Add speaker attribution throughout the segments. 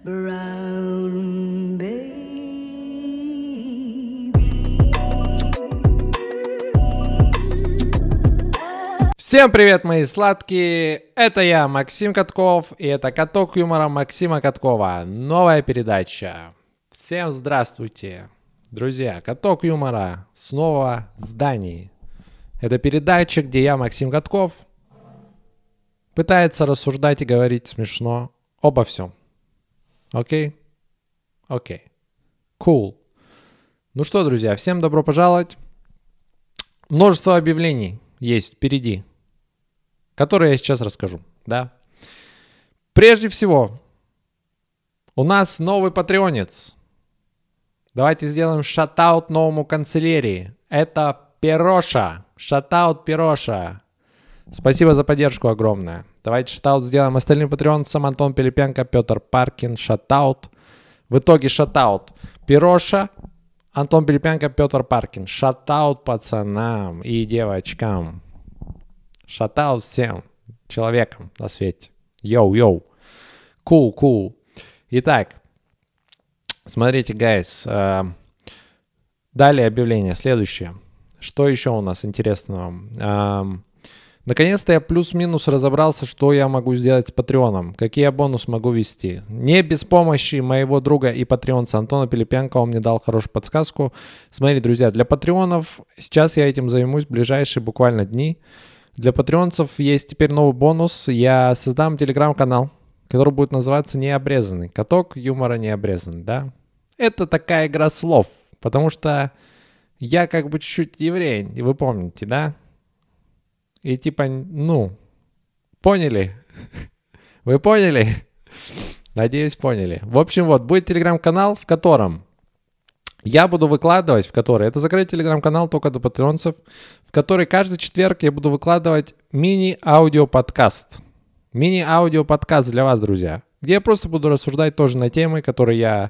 Speaker 1: brown baby.
Speaker 2: Всем привет, мои сладкие! Это я, Максим Катков, и это «Каток юмора» Максима Каткова. Новая передача. Всем здравствуйте, друзья! «Каток юмора» снова в здании. Это передача, где я, Максим Катков, пытается рассуждать и говорить смешно обо всем. Окей? Окей. Cool. Ну что, друзья, всем добро пожаловать. Множество объявлений есть впереди, которые я сейчас расскажу, да. Прежде всего, у нас новый патреонец. Давайте сделаем шатаут новому канцелярии. Это Пироша. Шатаут Пироша. Спасибо за поддержку огромное. Давайте шатаут сделаем остальным патреонцам. Антон Пилипенко, Петр Паркин. Шатаут. В итоге шатаут Пироша, Антон Пилипенко, Петр Паркин. Шатаут пацанам и девочкам. Шатаут всем человекам на свете. Йоу-йоу. Cool. Итак, смотрите, гайс. Далее объявление. Следующее. Что еще у нас интересного? Наконец-то я плюс-минус разобрался, что я могу сделать с Патреоном. Какие я бонус могу ввести. Не без помощи моего друга и патреонца Антона Пилипенко. Он мне дал хорошую подсказку. Смотрите, друзья, для патреонов, сейчас я этим займусь в ближайшие буквально дни. Для патреонцев есть теперь новый бонус. Я создам телеграм-канал, который будет называться «Необрезанный». Каток юмора необрезанный, да? Это такая игра слов, потому что я как бы чуть-чуть еврей, вы помните, да? И типа, поняли? Вы поняли? Надеюсь, поняли. В общем, вот, будет телеграм-канал, в котором я буду выкладывать, это закрытый телеграм-канал только для патреонцев, в который каждый четверг я буду выкладывать мини-аудио-подкаст. Мини-аудио-подкаст для вас, друзья. Где я просто буду рассуждать тоже на темы, с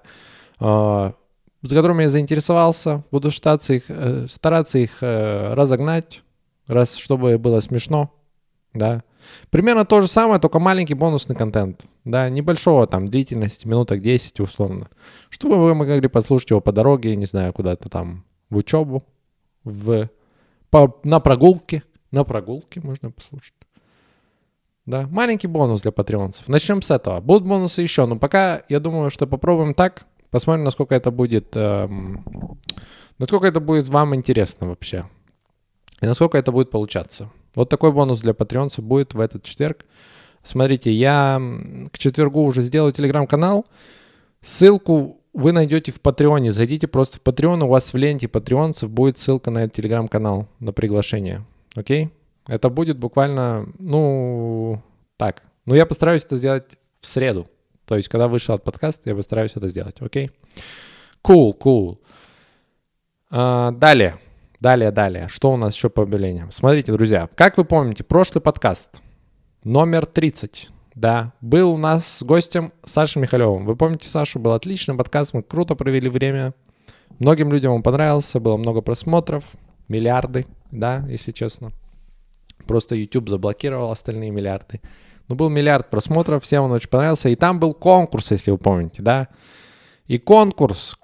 Speaker 2: которыми я заинтересовался. Буду стараться их разогнать, чтобы было смешно, да. Примерно то же самое, только маленький бонусный контент, да, небольшого там длительности, минуток 10 условно, чтобы вы могли послушать его по дороге, не знаю, куда-то там в учебу, на прогулке можно послушать, да, маленький бонус для патреонцев. Начнем с этого, будут бонусы еще, но пока я думаю, что попробуем так, посмотрим, насколько это будет вам интересно вообще. И насколько это будет получаться. Вот такой бонус для патреонцев будет в этот четверг. Смотрите, я к четвергу уже сделаю телеграм-канал. Ссылку вы найдете в Патреоне. Зайдите просто в Патреон. У вас в ленте патреонцев будет ссылка на этот телеграм-канал, на приглашение. Окей? Это будет буквально, так. Но я постараюсь это сделать в среду. То есть, когда вышел от подкаста, я постараюсь это сделать. Окей? Cool. Далее. Что у нас еще по объявлениям? Смотрите, друзья, как вы помните, прошлый подкаст, номер 30, да, был у нас с гостем Сашей Михалевым. Вы помните Сашу? Был отличный подкаст, мы круто провели время. Многим людям он понравился, было много просмотров, миллиарды, да, если честно. Просто YouTube заблокировал остальные миллиарды. Но был миллиард просмотров, всем он очень понравился. И там был конкурс, если вы помните, да. И конкурс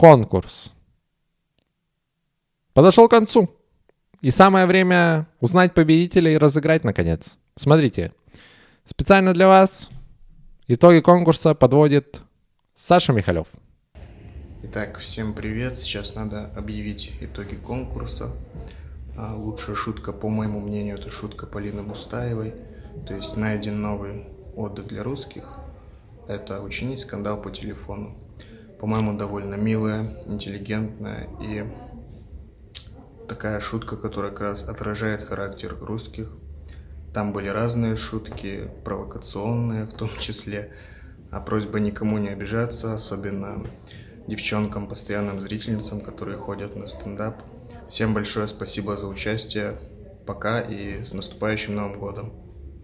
Speaker 2: подошел к концу. И самое время узнать победителя и разыграть, наконец. Смотрите, специально для вас итоги конкурса подводит Саша Михалев.
Speaker 3: Итак, всем привет. Сейчас надо объявить итоги конкурса. Лучшая шутка, по моему мнению, это шутка Полины Мустаевой. То есть найден новый отдых для русских. Это учинить скандал по телефону. По-моему, довольно милая, интеллигентная и такая шутка, которая как раз отражает характер русских. Там были разные шутки, провокационные в том числе. А просьба никому не обижаться, особенно девчонкам, постоянным зрительницам, которые ходят на стендап. Всем большое спасибо за участие. Пока и с наступающим Новым годом.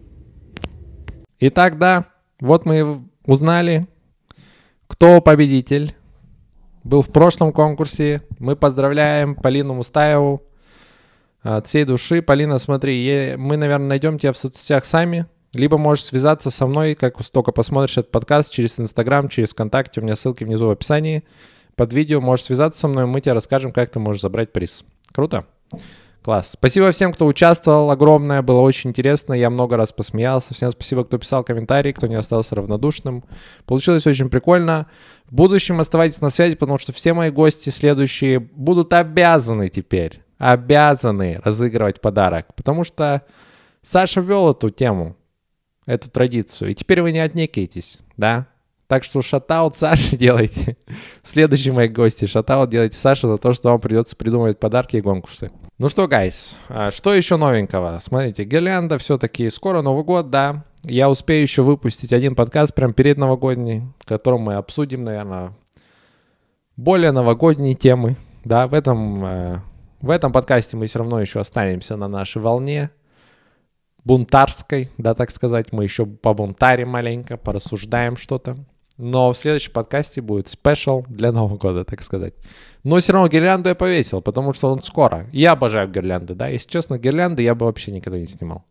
Speaker 2: Итак, да, вот мы узнали, кто победитель. Был в прошлом конкурсе. Мы поздравляем Полину Мустаеву от всей души. Полина, смотри, мы, наверное, найдем тебя в соцсетях сами. либо можешь связаться со мной, как только посмотришь этот подкаст, через Инстаграм, через ВКонтакте. У меня ссылки внизу в описании. Под видео можешь связаться со мной, мы тебе расскажем, как ты можешь забрать приз. Круто? Класс. Спасибо всем, кто участвовал, огромное, было очень интересно, я много раз посмеялся. Всем спасибо, кто писал комментарии, кто не остался равнодушным. Получилось очень прикольно. В будущем оставайтесь на связи, потому что все мои гости следующие будут обязаны теперь, разыгрывать подарок, потому что Саша ввел эту тему, эту традицию, и теперь вы не отнекаетесь, да? Так что шатаут Саше делайте. Следующие мои гости, шатаут делайте Саше за то, что вам придется придумывать подарки и конкурсы. Ну что, гайс, что еще новенького? Смотрите, гирлянда все-таки скоро Новый год, да. Я успею еще выпустить один подкаст прямо перед новогодний, в котором мы обсудим, наверное, более новогодние темы. Да, в этом подкасте мы все равно еще останемся на нашей волне бунтарской, да, так сказать. Мы еще побунтарим маленько, порассуждаем что-то. Но в следующем подкасте будет спешл для Нового года, так сказать. Но все равно гирлянду я повесил, потому что он скоро. Я обожаю гирлянды, да. Если честно, гирлянды я бы вообще никогда не снимал.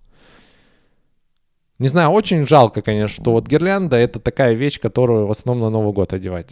Speaker 2: Не знаю, очень жалко, конечно, что вот гирлянда — это такая вещь, которую в основном на Новый год одевать.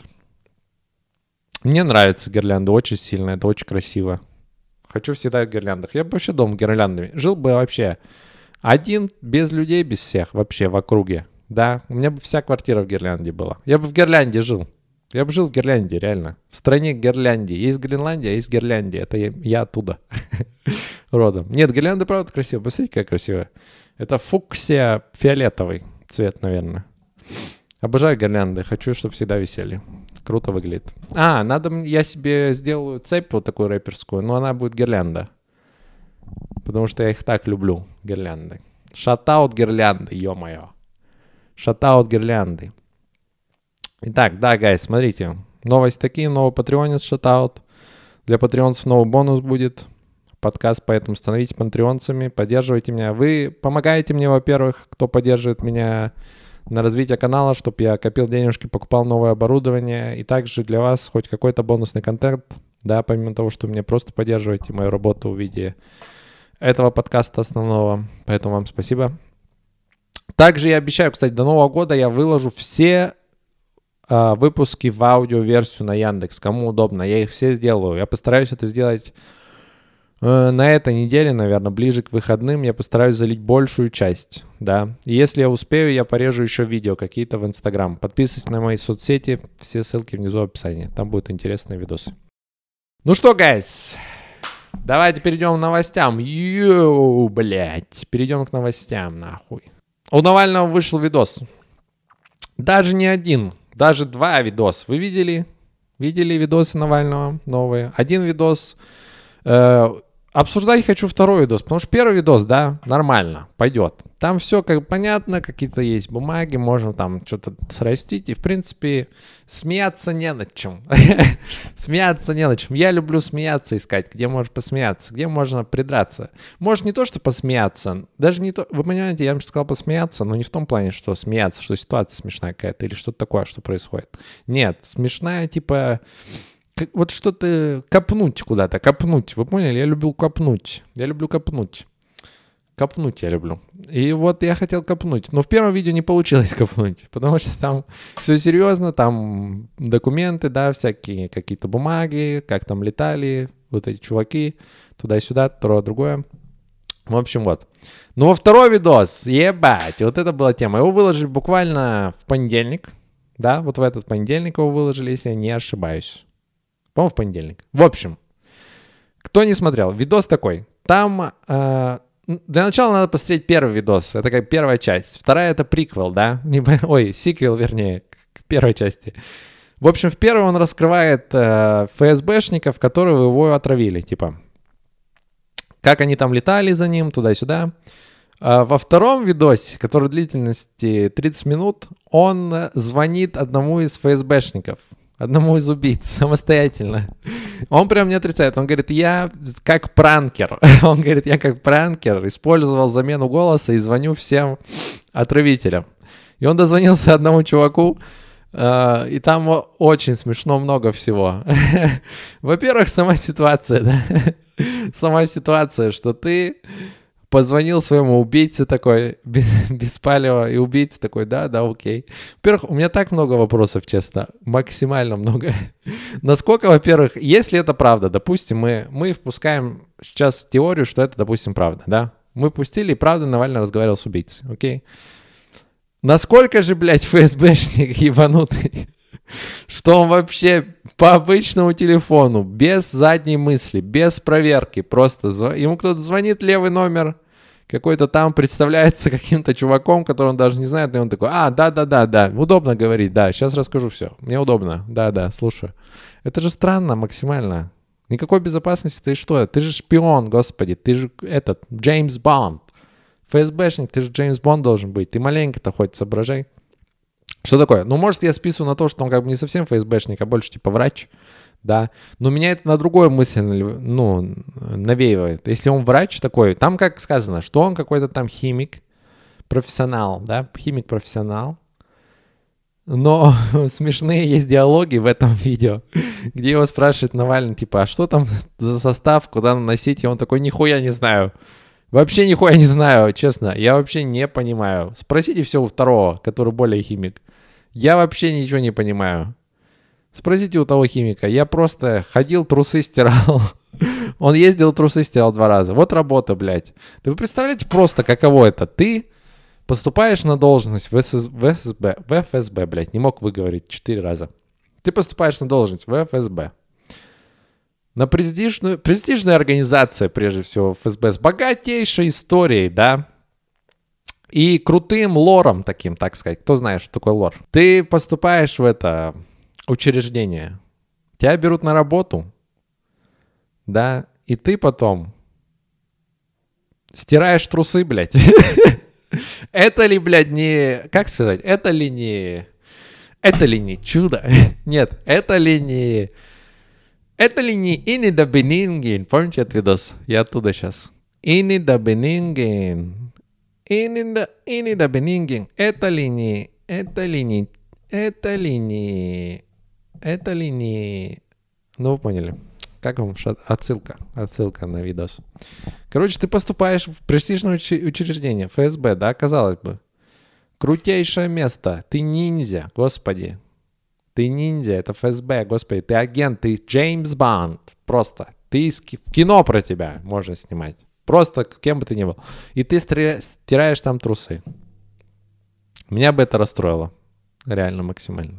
Speaker 2: Мне нравится гирлянда очень сильно, это очень красиво. Хочу всегда в гирляндах. Я бы вообще дома гирляндами. Жил бы вообще один, без людей, без всех, вообще в округе. Да, у меня бы вся квартира в Гирлянде была. Я бы в Гирлянде жил. Я бы жил в Гирлянде, реально. В стране Гирландии. Есть Гренландия, есть Гирляндия. Это я оттуда родом. Нет, Гирлянда, правда, красивая. Посмотрите, какая красивая. Это фуксия фиолетовый цвет, наверное. Обожаю гирлянды. Хочу, чтобы всегда висели. Круто выглядит. Я себе сделаю цепь вот такую рэперскую, но она будет гирлянда. Потому что я их так люблю, гирлянды. Шатаут гирлянды, ё-моё. Шатаут гирлянды. Итак, да, гайс, смотрите. Новости такие, новый патреонец шатаут. Для патреонцев новый бонус будет. Подкаст, поэтому становитесь патреонцами, поддерживайте меня. Вы помогаете мне, во-первых, кто поддерживает меня на развитие канала, чтобы я копил денежки, покупал новое оборудование. И также для вас хоть какой-то бонусный контент, да, помимо того, что мне просто поддерживаете мою работу в виде этого подкаста основного. Поэтому вам спасибо. Также я обещаю, кстати, до Нового года я выложу все выпуски в аудиоверсию на Яндекс. Кому удобно, я их все сделаю. Я постараюсь это сделать на этой неделе, наверное, ближе к выходным. Я постараюсь залить большую часть, да. И если я успею, я порежу еще видео какие-то в Инстаграм. Подписывайтесь на мои соцсети, все ссылки внизу в описании. Там будут интересные видосы. Ну что, гайс, давайте перейдем к новостям. Перейдем к новостям, нахуй. У Навального вышел видос. Даже не один, даже два видоса. Вы видели? Видели видосы Навального новые? Один видос. Обсуждать хочу второй видос, потому что первый видос, да, нормально, пойдет. Там все как понятно, какие-то есть бумаги, можно там что-то срастить. И, в принципе, смеяться не над чем. Смеяться не над чем. Я люблю смеяться искать, где можно посмеяться, где можно придраться. Может, не то, что посмеяться, даже не то... Вы понимаете, я вам сказал посмеяться, но не в том плане, что смеяться, что ситуация смешная какая-то или что-то такое, что происходит. Нет, смешная, типа... Вот что-то копнуть куда-то, копнуть. Вы поняли? Я люблю копнуть. Я люблю копнуть. Копнуть я люблю. И вот я хотел копнуть. Но в первом видео не получилось копнуть. Потому что там все серьезно. Там документы, да, всякие какие-то бумаги. Как там летали вот эти чуваки. Туда-сюда, то другое. В общем, вот. Ну, во второй видос, ебать, вот это была тема. Его выложили буквально в понедельник. Да, вот в этот понедельник его выложили, если я не ошибаюсь. По-моему, в понедельник. В общем, кто не смотрел, видос такой. Там для начала надо посмотреть первый видос. Это как первая часть. Вторая — это приквел, да? Сиквел, вернее, к первой части. В общем, в первой он раскрывает ФСБшников, которые его отравили. Типа, как они там летали за ним, туда-сюда. Во втором видосе, который длительности 30 минут, он звонит одному из ФСБшников. Одному из убийц самостоятельно. Он прям не отрицает. Он говорит, я как пранкер. Он говорит, я как пранкер использовал замену голоса и звоню всем отравителям. И он дозвонился одному чуваку, и там очень смешно много всего. Во-первых, сама ситуация, да? Сама ситуация, что ты Позвонил своему убийце такой, Беспалева, и убийца такой, да, окей. Во-первых, у меня так много вопросов, честно, максимально много. Насколько, во-первых, если это правда, допустим, мы впускаем сейчас в теорию, что это, допустим, правда, да? Мы пустили, и правда Навальный разговаривал с убийцей, окей? Насколько же, блядь, ФСБшник ебанутый, что он вообще по обычному телефону, без задней мысли, без проверки, просто ему кто-то звонит, левый номер, какой-то там представляется каким-то чуваком, которого он даже не знает, и он такой, да, удобно говорить, да, сейчас расскажу все, мне удобно, да, слушаю. Это же странно максимально. Никакой безопасности, ты что? Ты же шпион, господи, ты же Джеймс Бонд. ФСБшник, ты же Джеймс Бонд должен быть. Ты маленько-то хоть соображай. Что такое? Ну, может, я списываю на то, что он как бы не совсем ФСБшник, а больше типа врач, да. Но меня это на другую мысль, навеивает. Если он врач такой, там как сказано, что он какой-то там химик, профессионал, да, химик-профессионал. Но смешные есть диалоги в этом видео, где его спрашивает Навальный, типа, а что там за состав, куда наносить? И он такой, нихуя не знаю. Вообще нихуя не знаю, честно. Я вообще не понимаю. Спросите все у второго, который более химик. Я вообще ничего не понимаю. Спросите у того химика. Я просто ходил, трусы стирал. Он ездил, трусы стирал 2 раза. Вот работа, блядь. Да вы представляете просто, каково это? Ты поступаешь на должность в ФСБ, блядь, не мог выговорить 4 раза. Ты поступаешь на должность в ФСБ. На престижная организация, прежде всего, ФСБ, с богатейшей историей, да, и крутым лором таким, так сказать. Кто знает, что такое лор? Ты поступаешь в это учреждение, тебя берут на работу, да, и ты потом стираешь трусы, блядь. Это ли, блядь, не... Как сказать? Это ли не чудо? Нет, это ли не Инни да Бенинген? Помните этот видос? Я оттуда сейчас. Инни да Бенинген. Инни да Бенинген. Это ли не... Ну, вы поняли. Как вам отсылка на видос? Короче, ты поступаешь в престижное учреждение, ФСБ, да, казалось бы. Крутейшее место. Ты ниндзя, господи. Ты ниндзя, это ФСБ, господи. Ты агент, ты Джеймс Бонд. Просто. В кино про тебя можно снимать. Просто кем бы ты ни был. И ты стираешь там трусы. Меня бы это расстроило. Реально максимально.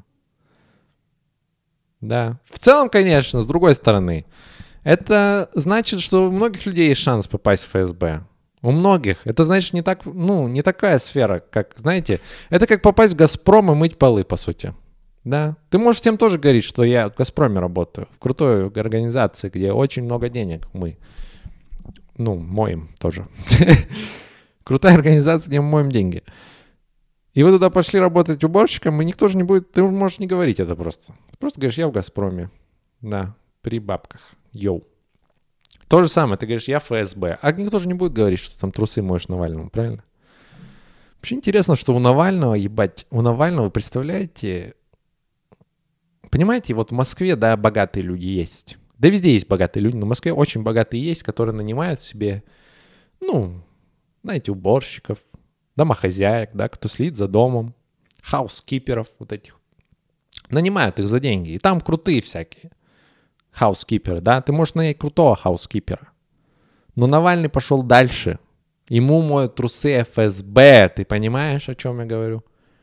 Speaker 2: Да. В целом, конечно, с другой стороны, это значит, что у многих людей есть шанс попасть в ФСБ. У многих. Это значит не такая сфера, как, знаете, это как попасть в «Газпром» и мыть полы, по сути. Да. Ты можешь всем тоже говорить, что я в «Газпроме» работаю, в крутой организации, где очень много денег мы, моем тоже. Крутая организация, где мы моем деньги. И вы туда пошли работать уборщиком, и никто же не будет... Ты можешь не говорить это просто. Ты просто говоришь, я в «Газпроме». Да, при бабках. Йоу. То же самое, ты говоришь, я ФСБ. А никто же не будет говорить, что там трусы моешь Навальному, правильно? Вообще интересно, что у Навального, вы представляете... Понимаете, вот в Москве, да, богатые люди есть. Да везде есть богатые люди, но в Москве очень богатые есть, которые нанимают себе, знаете, уборщиков, домохозяек, да, кто следит за домом, хаускиперов вот этих. Нанимают их за деньги. И там крутые всякие хаускиперы, да. Ты можешь нанять крутого хаускипера. Но Навальный пошел дальше. Ему моют трусы ФСБ. Ты понимаешь, о чем я говорю?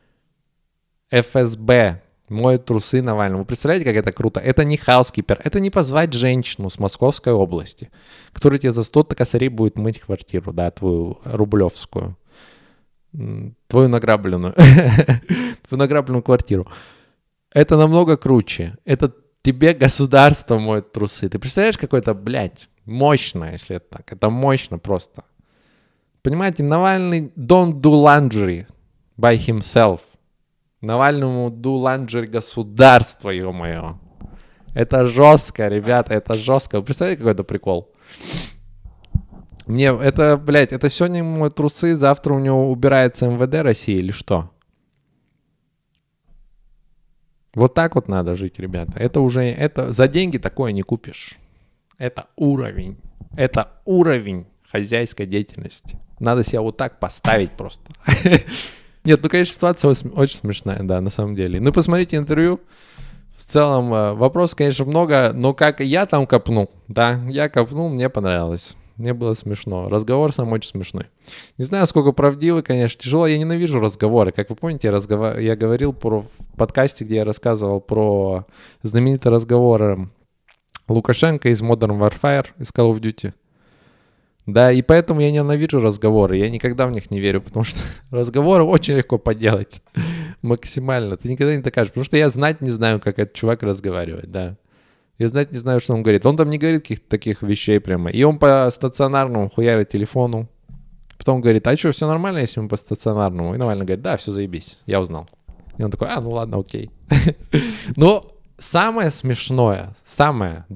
Speaker 2: ФСБ моют трусы Навальному. Вы представляете, как это круто? Это не хаускипер. Это не позвать женщину с Московской области, которая тебе за 100 косарей будет мыть квартиру, да, твою рублевскую. Твою награбленную квартиру. Это намного круче. Это тебе государство моет трусы. Ты представляешь, какое это, блядь, мощно, если это так. Это мощно просто. Понимаете, Навальный don't do laundry by himself. Навальному do laundry государство, ё-моё. Это жестко, ребята, это жестко. Вы представляете, какой это прикол? Это сегодня мои трусы, завтра у него убирается МВД России или что? Вот так вот надо жить, ребята. Это за деньги такое не купишь. Это уровень хозяйской деятельности. Надо себя вот так поставить просто. Нет, ну, конечно, ситуация очень смешная, да, на самом деле. Ну, посмотрите интервью. В целом, вопросов, конечно, много, но как я там копнул, да, я копнул, мне понравилось. Мне было смешно. Разговор сам очень смешной. Не знаю, сколько правдивый, конечно, тяжело. Я ненавижу разговоры. Как вы помните, я говорил в подкасте, где я рассказывал про знаменитый разговор Лукашенко из Modern Warfare, из Call of Duty. Да, и поэтому я ненавижу разговоры. Я никогда в них не верю, потому что разговоры очень легко подделать. Максимально. Ты никогда не докажешь. Потому что я знать не знаю, как этот чувак разговаривает, да. Я знать не знаю, что он говорит. Он там не говорит каких-то таких вещей прямо. И он по стационарному хуярит телефону. Потом говорит, а что, все нормально, если мы по стационарному? И Навальный говорит, да, все заебись, я узнал. И он такой, ну ладно, окей. Но самое смешное, самое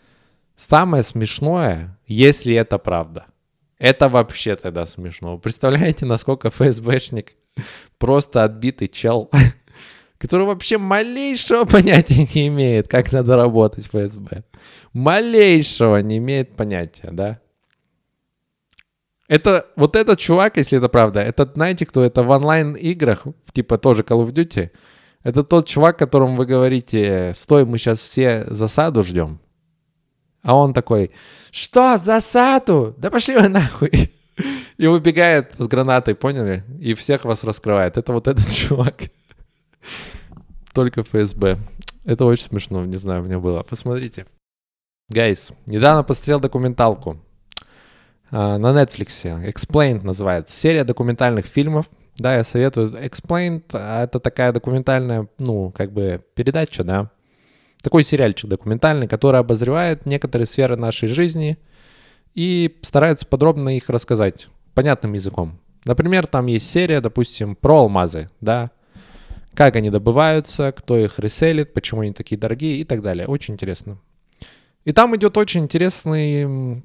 Speaker 2: смешное, если это правда. Это вообще тогда смешно. Вы представляете, насколько ФСБшник просто отбитый чел, который вообще малейшего понятия не имеет, как надо работать в ФСБ. Малейшего не имеет понятия, да? Это вот этот чувак, если это правда, это, знаете, кто это в онлайн-играх, типа тоже Call of Duty, это тот чувак, которому вы говорите, стой, мы сейчас все засаду ждем. А он такой, что, засаду? Да пошли вы нахуй. И убегает с гранатой, поняли? И всех вас раскрывает. Это вот этот чувак. Только ФСБ. Это очень смешно, не знаю, у меня было. Посмотрите. Гайс, недавно посмотрел документалку на Netflix. Explained называется. Серия документальных фильмов. Да, я советую. Explained — это такая документальная, передача, да. Такой сериальчик документальный, который обозревает некоторые сферы нашей жизни и старается подробно их рассказать понятным языком. Например, там есть серия, допустим, про алмазы, да, как они добываются, кто их реселит, почему они такие дорогие и так далее. Очень интересно. И там идет очень интересный,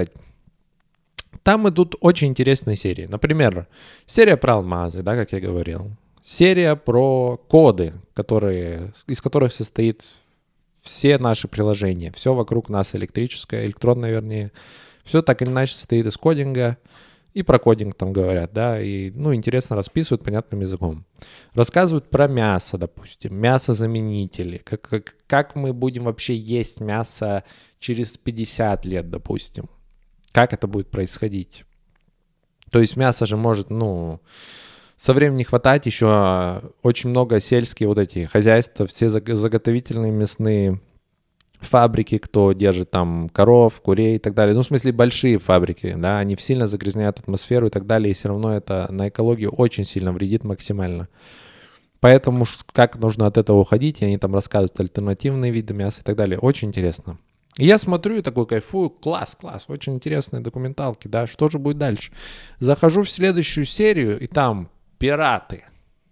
Speaker 2: там идут очень интересные серии. Например, серия про алмазы, да, как я говорил. Серия про коды, из которых состоит все наши приложения. Все вокруг нас электронное, вернее. Все так или иначе состоит из кодинга. И про кодинг там говорят, да. И, интересно расписывают понятным языком. Рассказывают про мясо, допустим. Мясозаменители. Как мы будем вообще есть мясо через 50 лет, допустим. Как это будет происходить. То есть мясо же может, со временем не хватать. Еще очень много сельские вот эти хозяйства, все заготовительные мясные фабрики, кто держит там коров, курей и так далее. В смысле большие фабрики, да, они сильно загрязняют атмосферу и так далее, и все равно это на экологию очень сильно вредит максимально. Поэтому как нужно от этого уходить, и они там рассказывают альтернативные виды мяса и так далее. Очень интересно. И я смотрю и такой кайфую, класс, очень интересные документалки, да, что же будет дальше? Захожу в следующую серию, и там пираты.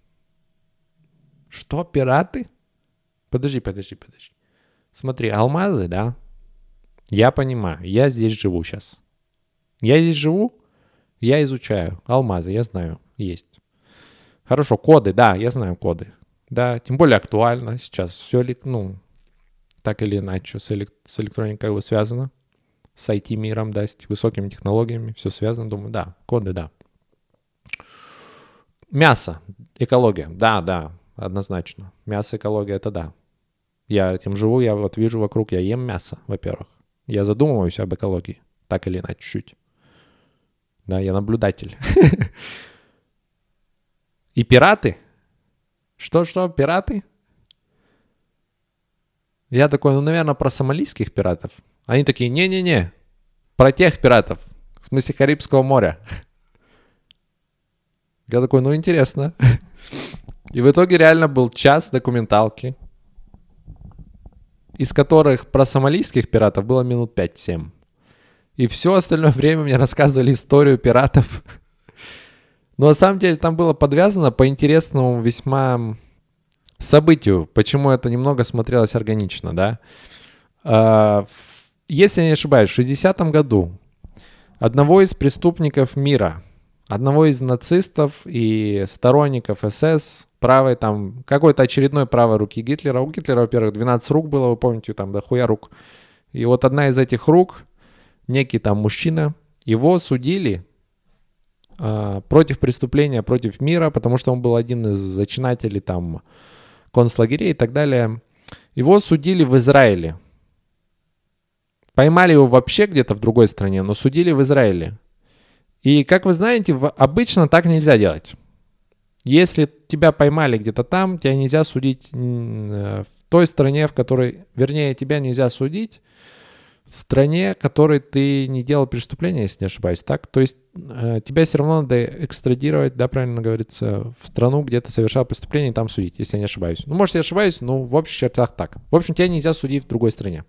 Speaker 2: Что, пираты? Подожди. Смотри, алмазы, да? Я понимаю, я здесь живу сейчас. Я здесь живу, я изучаю алмазы, я знаю, есть. Хорошо, коды, да, я знаю коды. Да, тем более актуально сейчас. Все, так или иначе с электроникой связано. С IT-миром, да, с высокими технологиями. Все связано, думаю, да, коды, да. Мясо, экология, да, однозначно. Мясо, экология, это да. Я этим живу, я вот вижу вокруг, я ем мясо, во-первых. Я задумываюсь об экологии, так или иначе, чуть. Да, я наблюдатель. И пираты? Что, пираты? Я такой, наверное, про сомалийских пиратов. Они такие, не-не-не, про тех пиратов, в смысле Карибского моря. Я такой, интересно. И в итоге реально был час документалки, из которых про сомалийских пиратов было минут 5-7. И все остальное время мне рассказывали историю пиратов. Но на самом деле там было подвязано по интересному весьма событию, почему это немного смотрелось органично, да. Если я не ошибаюсь, в 60-м году одного из преступников мира, одного из нацистов и сторонников СС, правой там, какой-то очередной правой руки Гитлера. У Гитлера, во-первых, 12 рук было, вы помните, там дохуя рук. И вот одна из этих рук, некий там мужчина, Его судили против преступления против мира, потому что он был один из зачинателей там концлагерей и так далее. Его судили в Израиле. Поймали его вообще где-то в другой стране, но судили в Израиле. И, как вы знаете, обычно так нельзя делать. Если тебя поймали где-то там, тебя нельзя судить в той стране, в которой... Вернее, тебя нельзя судить в стране, в которой ты не делал преступления, если не ошибаюсь. Так? То есть тебя все равно надо экстрадировать, да, правильно говорится, в страну, где ты совершал преступление, и там судить, если я не ошибаюсь. Ну, может, я ошибаюсь, но в общих чертах так. В общем, тебя нельзя судить в другой стране,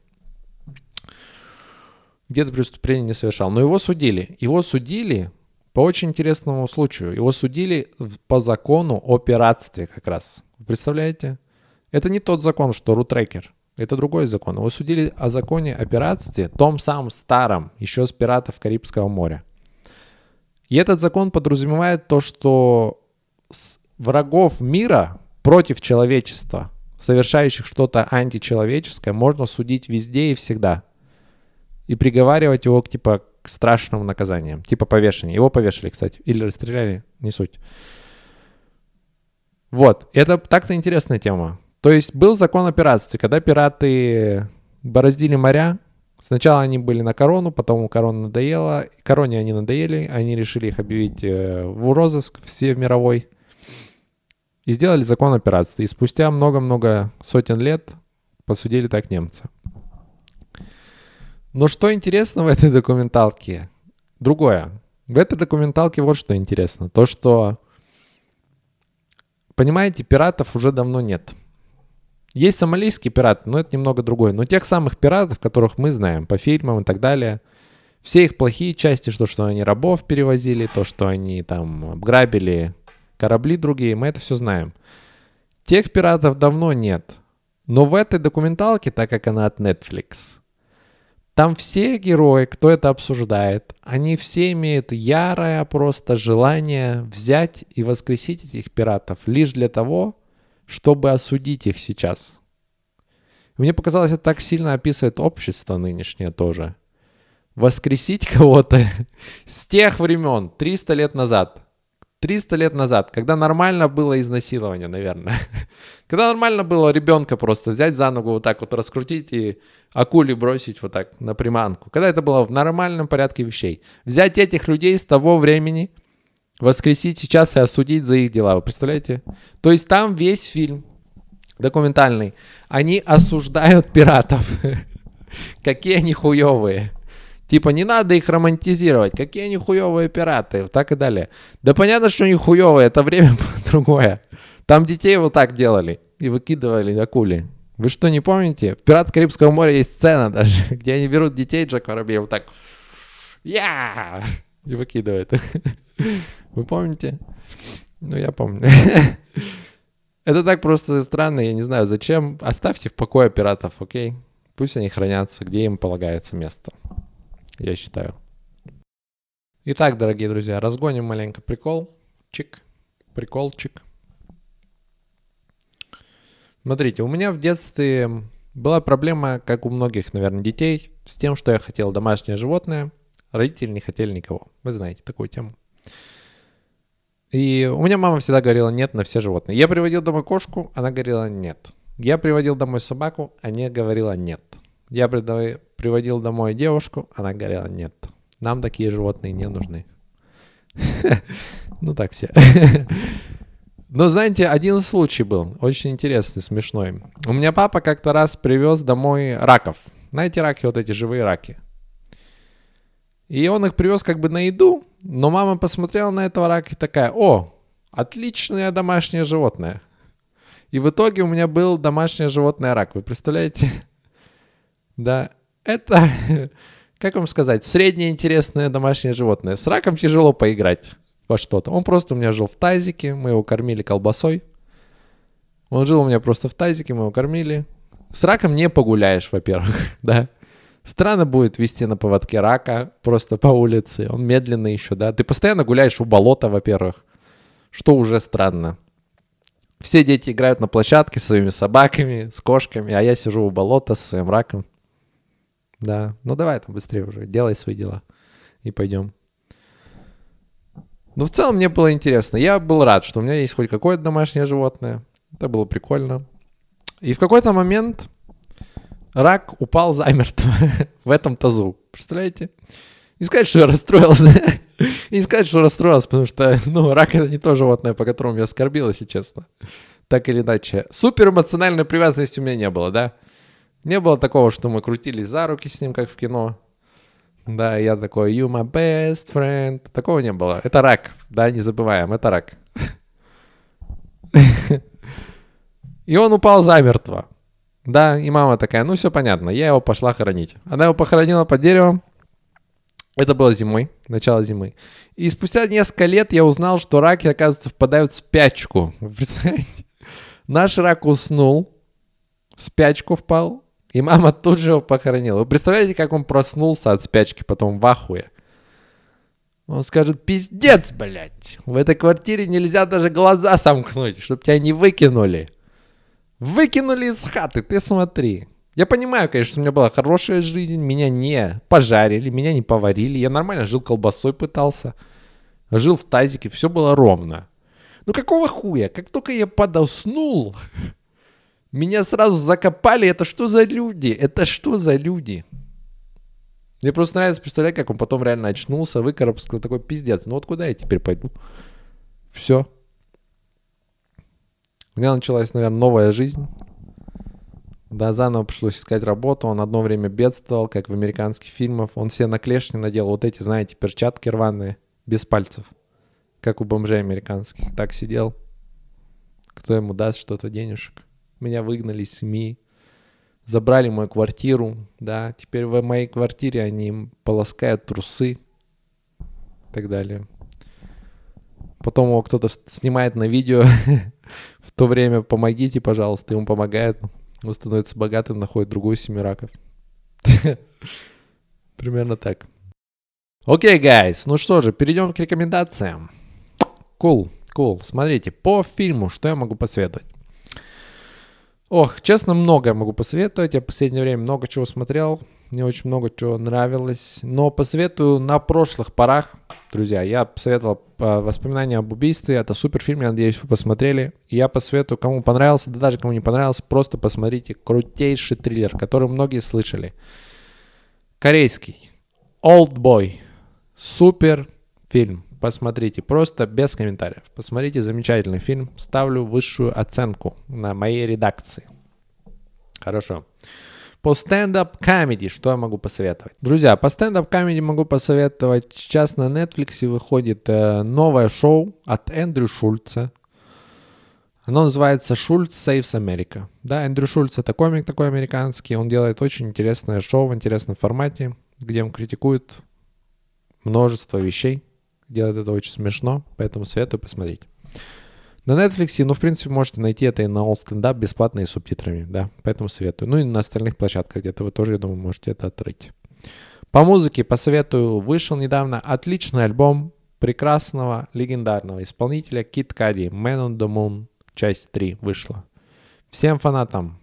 Speaker 2: где ты преступление не совершал. Но его судили. Его судили по очень интересному случаю. Его судили по закону о пиратстве как раз. Вы представляете? Это не тот закон, что рутрекер. Это другой закон. Его судили о законе о пиратстве, том самом старом, еще с пиратов Карибского моря. И этот закон подразумевает то, что врагов мира против человечества, совершающих что-то античеловеческое, можно судить везде и всегда. И приговаривать его типа к страшным наказаниям. Типа повешения. Его повешали, кстати. Или расстреляли, не суть. Вот. Это так-то интересная тема. То есть был закон о пиратстве, когда пираты бороздили моря. Сначала они были на корону, потом корона надоела. Короне они надоели, они решили их объявить в розыск всемировой. И сделали закон о пиратстве. И спустя много-много сотен лет посудили так немцы. Но что интересно в этой документалке? Другое. В этой документалке вот что интересно. То, что, понимаете, пиратов уже давно нет. Есть сомалийские пираты, но это немного другое. Но тех самых пиратов, которых мы знаем по фильмам и так далее, все их плохие части, что они рабов перевозили, то, что они там грабили корабли другие, мы это все знаем. Тех пиратов давно нет. Но в этой документалке, так как она от Netflix, там все герои, кто это обсуждает, они все имеют ярое просто желание взять и воскресить этих пиратов лишь для того, чтобы осудить их сейчас. Мне показалось, это так сильно описывает общество нынешнее тоже. Воскресить кого-то с тех времен, 300 лет назад. 300 лет назад, когда нормально было изнасилование, наверное. Когда нормально было ребенка просто взять за ногу, вот так вот раскрутить и акуле бросить вот так на приманку. Когда это было в нормальном порядке вещей. Взять этих людей с того времени, воскресить сейчас и осудить за их дела. Вы представляете? То есть там весь фильм документальный. Они осуждают пиратов. Какие они хуевые. Типа, не надо их романтизировать. Какие они хуевые пираты. Так и далее. Да понятно, что они хуевые. Это время было другое. Там детей вот так делали. И выкидывали акули. Вы что, не помните? В «Пиратах Карибского моря» есть сцена даже, где они берут детей Джека Воробья вот так. Я! И выкидывают. Вы помните? Ну, я помню. Это так просто странно. Я не знаю, зачем. Оставьте в покое пиратов, окей? Пусть они хранятся, где им полагается место. Я считаю. Итак, дорогие друзья, разгоним маленько прикол. Чик. Приколчик. Смотрите, у меня в детстве была проблема, как у многих, наверное, детей, с тем, что я хотел домашнее животное. Родители не хотели никого. Вы знаете такую тему. И у меня мама всегда говорила нет на все животные. Я приводил домой кошку, она говорила нет. Я приводил домой собаку, она говорила нет. Я приводил домой девушку, она говорила нет. Нам такие животные не нужны. Ну так все. Но знаете, один случай был, очень интересный, смешной. У меня папа как-то раз привез домой раков. Знаете, раки, вот эти живые раки. И он их привез как бы на еду, но мама посмотрела на этого рака и такая: о, отличное домашнее животное. И в итоге у меня был домашнее животное рак, вы представляете? Да, это, как вам сказать, среднее интересное домашнее животное. С раком тяжело поиграть во что-то. Он просто у меня жил в тазике, мы его кормили колбасой. Он жил у меня просто в тазике, мы его кормили. С раком не погуляешь, во-первых, да. Странно будет вести на поводке рака просто по улице. Он медленный еще, да. Ты постоянно гуляешь у болота, во-первых, что уже странно. Все дети играют на площадке со своими собаками, с кошками, а я сижу у болота со своим раком. Да, ну давай там быстрее уже, делай свои дела. и пойдем. Но в целом мне было интересно. Я был рад, что у меня есть хоть какое-то домашнее животное. Это было прикольно. И в какой-то момент рак упал замертво в этом тазу. Представляете? Не сказать, что я расстроился. И не сказать, что расстроился, потому что, рак — это не то животное, по которому я скорбил, если честно. Так или иначе. Супер эмоциональной привязанности у меня не было, да? Не было такого, что мы крутились за руки с ним, как в кино. Да, я такой, you my best friend. Такого не было. Это рак, да, не забываем, это рак. И он упал замертво. Да, и мама такая, все понятно, я его пошла хоронить. Она его похоронила под деревом. Это было зимой, начало зимы. И спустя несколько лет я узнал, что раки, оказывается, впадают в спячку. Вы представляете? Наш рак уснул, в спячку впал, и мама тут же его похоронила. Вы представляете, как он проснулся от спячки потом в ахуе? Он скажет, пиздец, блядь, в этой квартире нельзя даже глаза сомкнуть, чтобы тебя не выкинули. Выкинули из хаты, ты смотри. Я понимаю, конечно, что у меня была хорошая жизнь, меня не пожарили, меня не поварили, я нормально жил, колбасой пытался, жил в тазике, все было ровно. Ну какого хуя, как только я подоснул, меня сразу закопали, это что за люди, это что за люди? Мне просто нравится представлять, как он потом реально очнулся, выкарабкался, такой пиздец, ну вот куда я теперь пойду? Все. У меня началась, наверное, новая жизнь. Да, заново пришлось искать работу. Он одно время бедствовал, как в американских фильмах. Он себе на клешни надел вот эти, знаете, перчатки рваные, без пальцев. Как у бомжей американских. Так сидел. Кто ему даст что-то денежек? Меня выгнали из семьи. Забрали мою квартиру. Да, теперь в моей квартире они полоскают трусы. И так далее. Потом его кто-то снимает на видео. В то время помогите, пожалуйста. Ему помогает. Он становится богатым, находит другую семью раков. Примерно так. Окей, guys. Ну что же, перейдем к рекомендациям. Cool. Смотрите, по фильму, что я могу посоветовать? Ох, честно, многое могу посоветовать. Я в последнее время много чего смотрел. Мне очень много чего нравилось. Но посоветую на прошлых порах. Друзья, я посоветовал «Воспоминания об убийстве». Это супер фильм, я надеюсь, вы посмотрели. И я посоветую, кому понравился, да даже кому не понравился, просто посмотрите крутейший триллер, который многие слышали. Корейский. «Олдбой». Супер фильм. Посмотрите, просто без комментариев. Посмотрите, замечательный фильм. Ставлю высшую оценку на моей редакции. Хорошо. По стендап-комеди что я могу посоветовать? Друзья, по стендап-комеди могу посоветовать. Сейчас на Netflix выходит новое шоу от Эндрю Шульца. Оно называется «Шульц Saves America». Да, Эндрю Шульц — это комик такой американский. Он делает очень интересное шоу в интересном формате, где он критикует множество вещей. Делает это очень смешно, поэтому советую посмотреть. На Netflix, в принципе, можете найти это и на All Stand Up бесплатно и с субтитрами, да, поэтому советую. Ну и на остальных площадках где-то вы тоже, я думаю, можете это открыть. По музыке посоветую, вышел недавно отличный альбом прекрасного, легендарного исполнителя Kid Cudi, Man on the Moon, часть 3 вышла. Всем фанатам,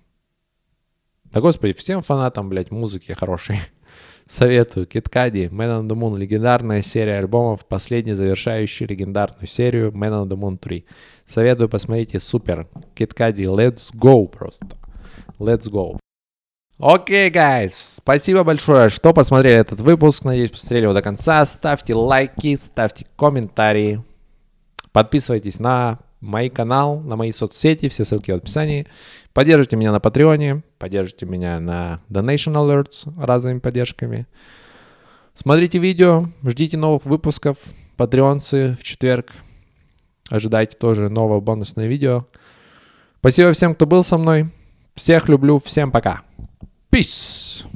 Speaker 2: да господи, всем фанатам, блядь, музыки хорошей. Советую. Kid Cudi, Man on the Moon, легендарная серия альбомов, последний завершающий легендарную серию Man on the Moon 3. Советую, посмотрите, супер. Kid Cudi, let's go просто. Let's go. Окей, guys, спасибо большое, что посмотрели этот выпуск. Надеюсь, посмотрели его до конца. Ставьте лайки, ставьте комментарии. Подписывайтесь на мой канал, на мои соцсети, все ссылки в описании. Поддержите меня на Патреоне, поддержите меня на Donation Alerts разными поддержками. Смотрите видео, ждите новых выпусков. Патреонцы в четверг. Ожидайте тоже новое бонусное видео. Спасибо всем, кто был со мной. Всех люблю, всем пока. Peace!